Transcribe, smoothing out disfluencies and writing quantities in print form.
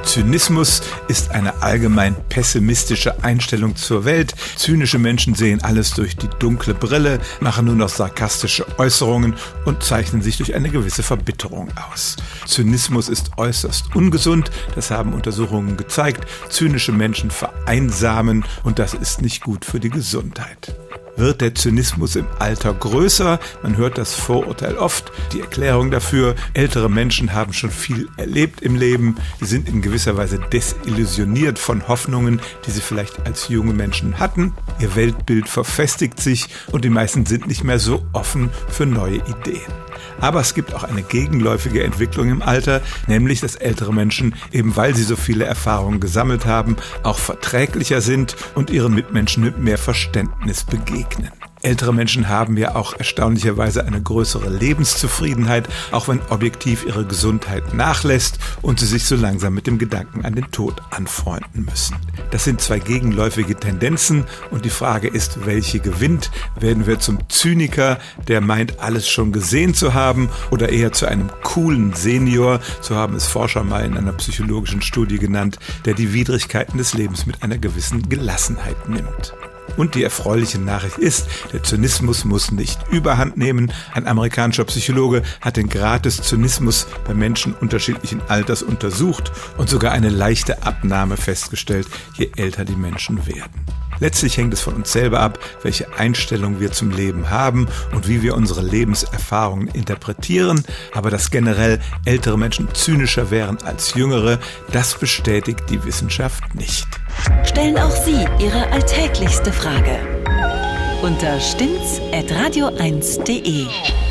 Zynismus ist eine allgemein pessimistische Einstellung zur Welt. Zynische Menschen sehen alles durch die dunkle Brille, machen nur noch sarkastische Äußerungen und zeichnen sich durch eine gewisse Verbitterung aus. Zynismus ist äußerst ungesund, das haben Untersuchungen gezeigt. Zynische Menschen vereinsamen und das ist nicht gut für die Gesundheit. Wird der Zynismus im Alter größer? Man hört das Vorurteil oft. Die Erklärung dafür: ältere Menschen haben schon viel erlebt im Leben. Sie sind in gewisser Weise desillusioniert von Hoffnungen, die sie vielleicht als junge Menschen hatten. Ihr Weltbild verfestigt sich und die meisten sind nicht mehr so offen für neue Ideen. Aber es gibt auch eine gegenläufige Entwicklung im Alter, nämlich dass ältere Menschen, eben weil sie so viele Erfahrungen gesammelt haben, auch verträglicher sind und ihren Mitmenschen mit mehr Verständnis begegnen. Ältere Menschen haben ja auch erstaunlicherweise eine größere Lebenszufriedenheit, auch wenn objektiv ihre Gesundheit nachlässt und sie sich so langsam mit dem Gedanken an den Tod anfreunden müssen. Das sind zwei gegenläufige Tendenzen und die Frage ist, welche gewinnt? Werden wir zum Zyniker, der meint, alles schon gesehen zu haben, oder eher zu einem coolen Senior, so haben es Forscher mal in einer psychologischen Studie genannt, der die Widrigkeiten des Lebens mit einer gewissen Gelassenheit nimmt? Und die erfreuliche Nachricht ist, der Zynismus muss nicht überhand nehmen. Ein amerikanischer Psychologe hat den Grad des Zynismus bei Menschen unterschiedlichen Alters untersucht und sogar eine leichte Abnahme festgestellt, je älter die Menschen werden. Letztlich hängt es von uns selber ab, welche Einstellung wir zum Leben haben und wie wir unsere Lebenserfahrungen interpretieren. Aber dass generell ältere Menschen zynischer wären als jüngere, das bestätigt die Wissenschaft nicht. Stellen auch Sie Ihre alltäglichste Frage unter stimmt's@radio1.de.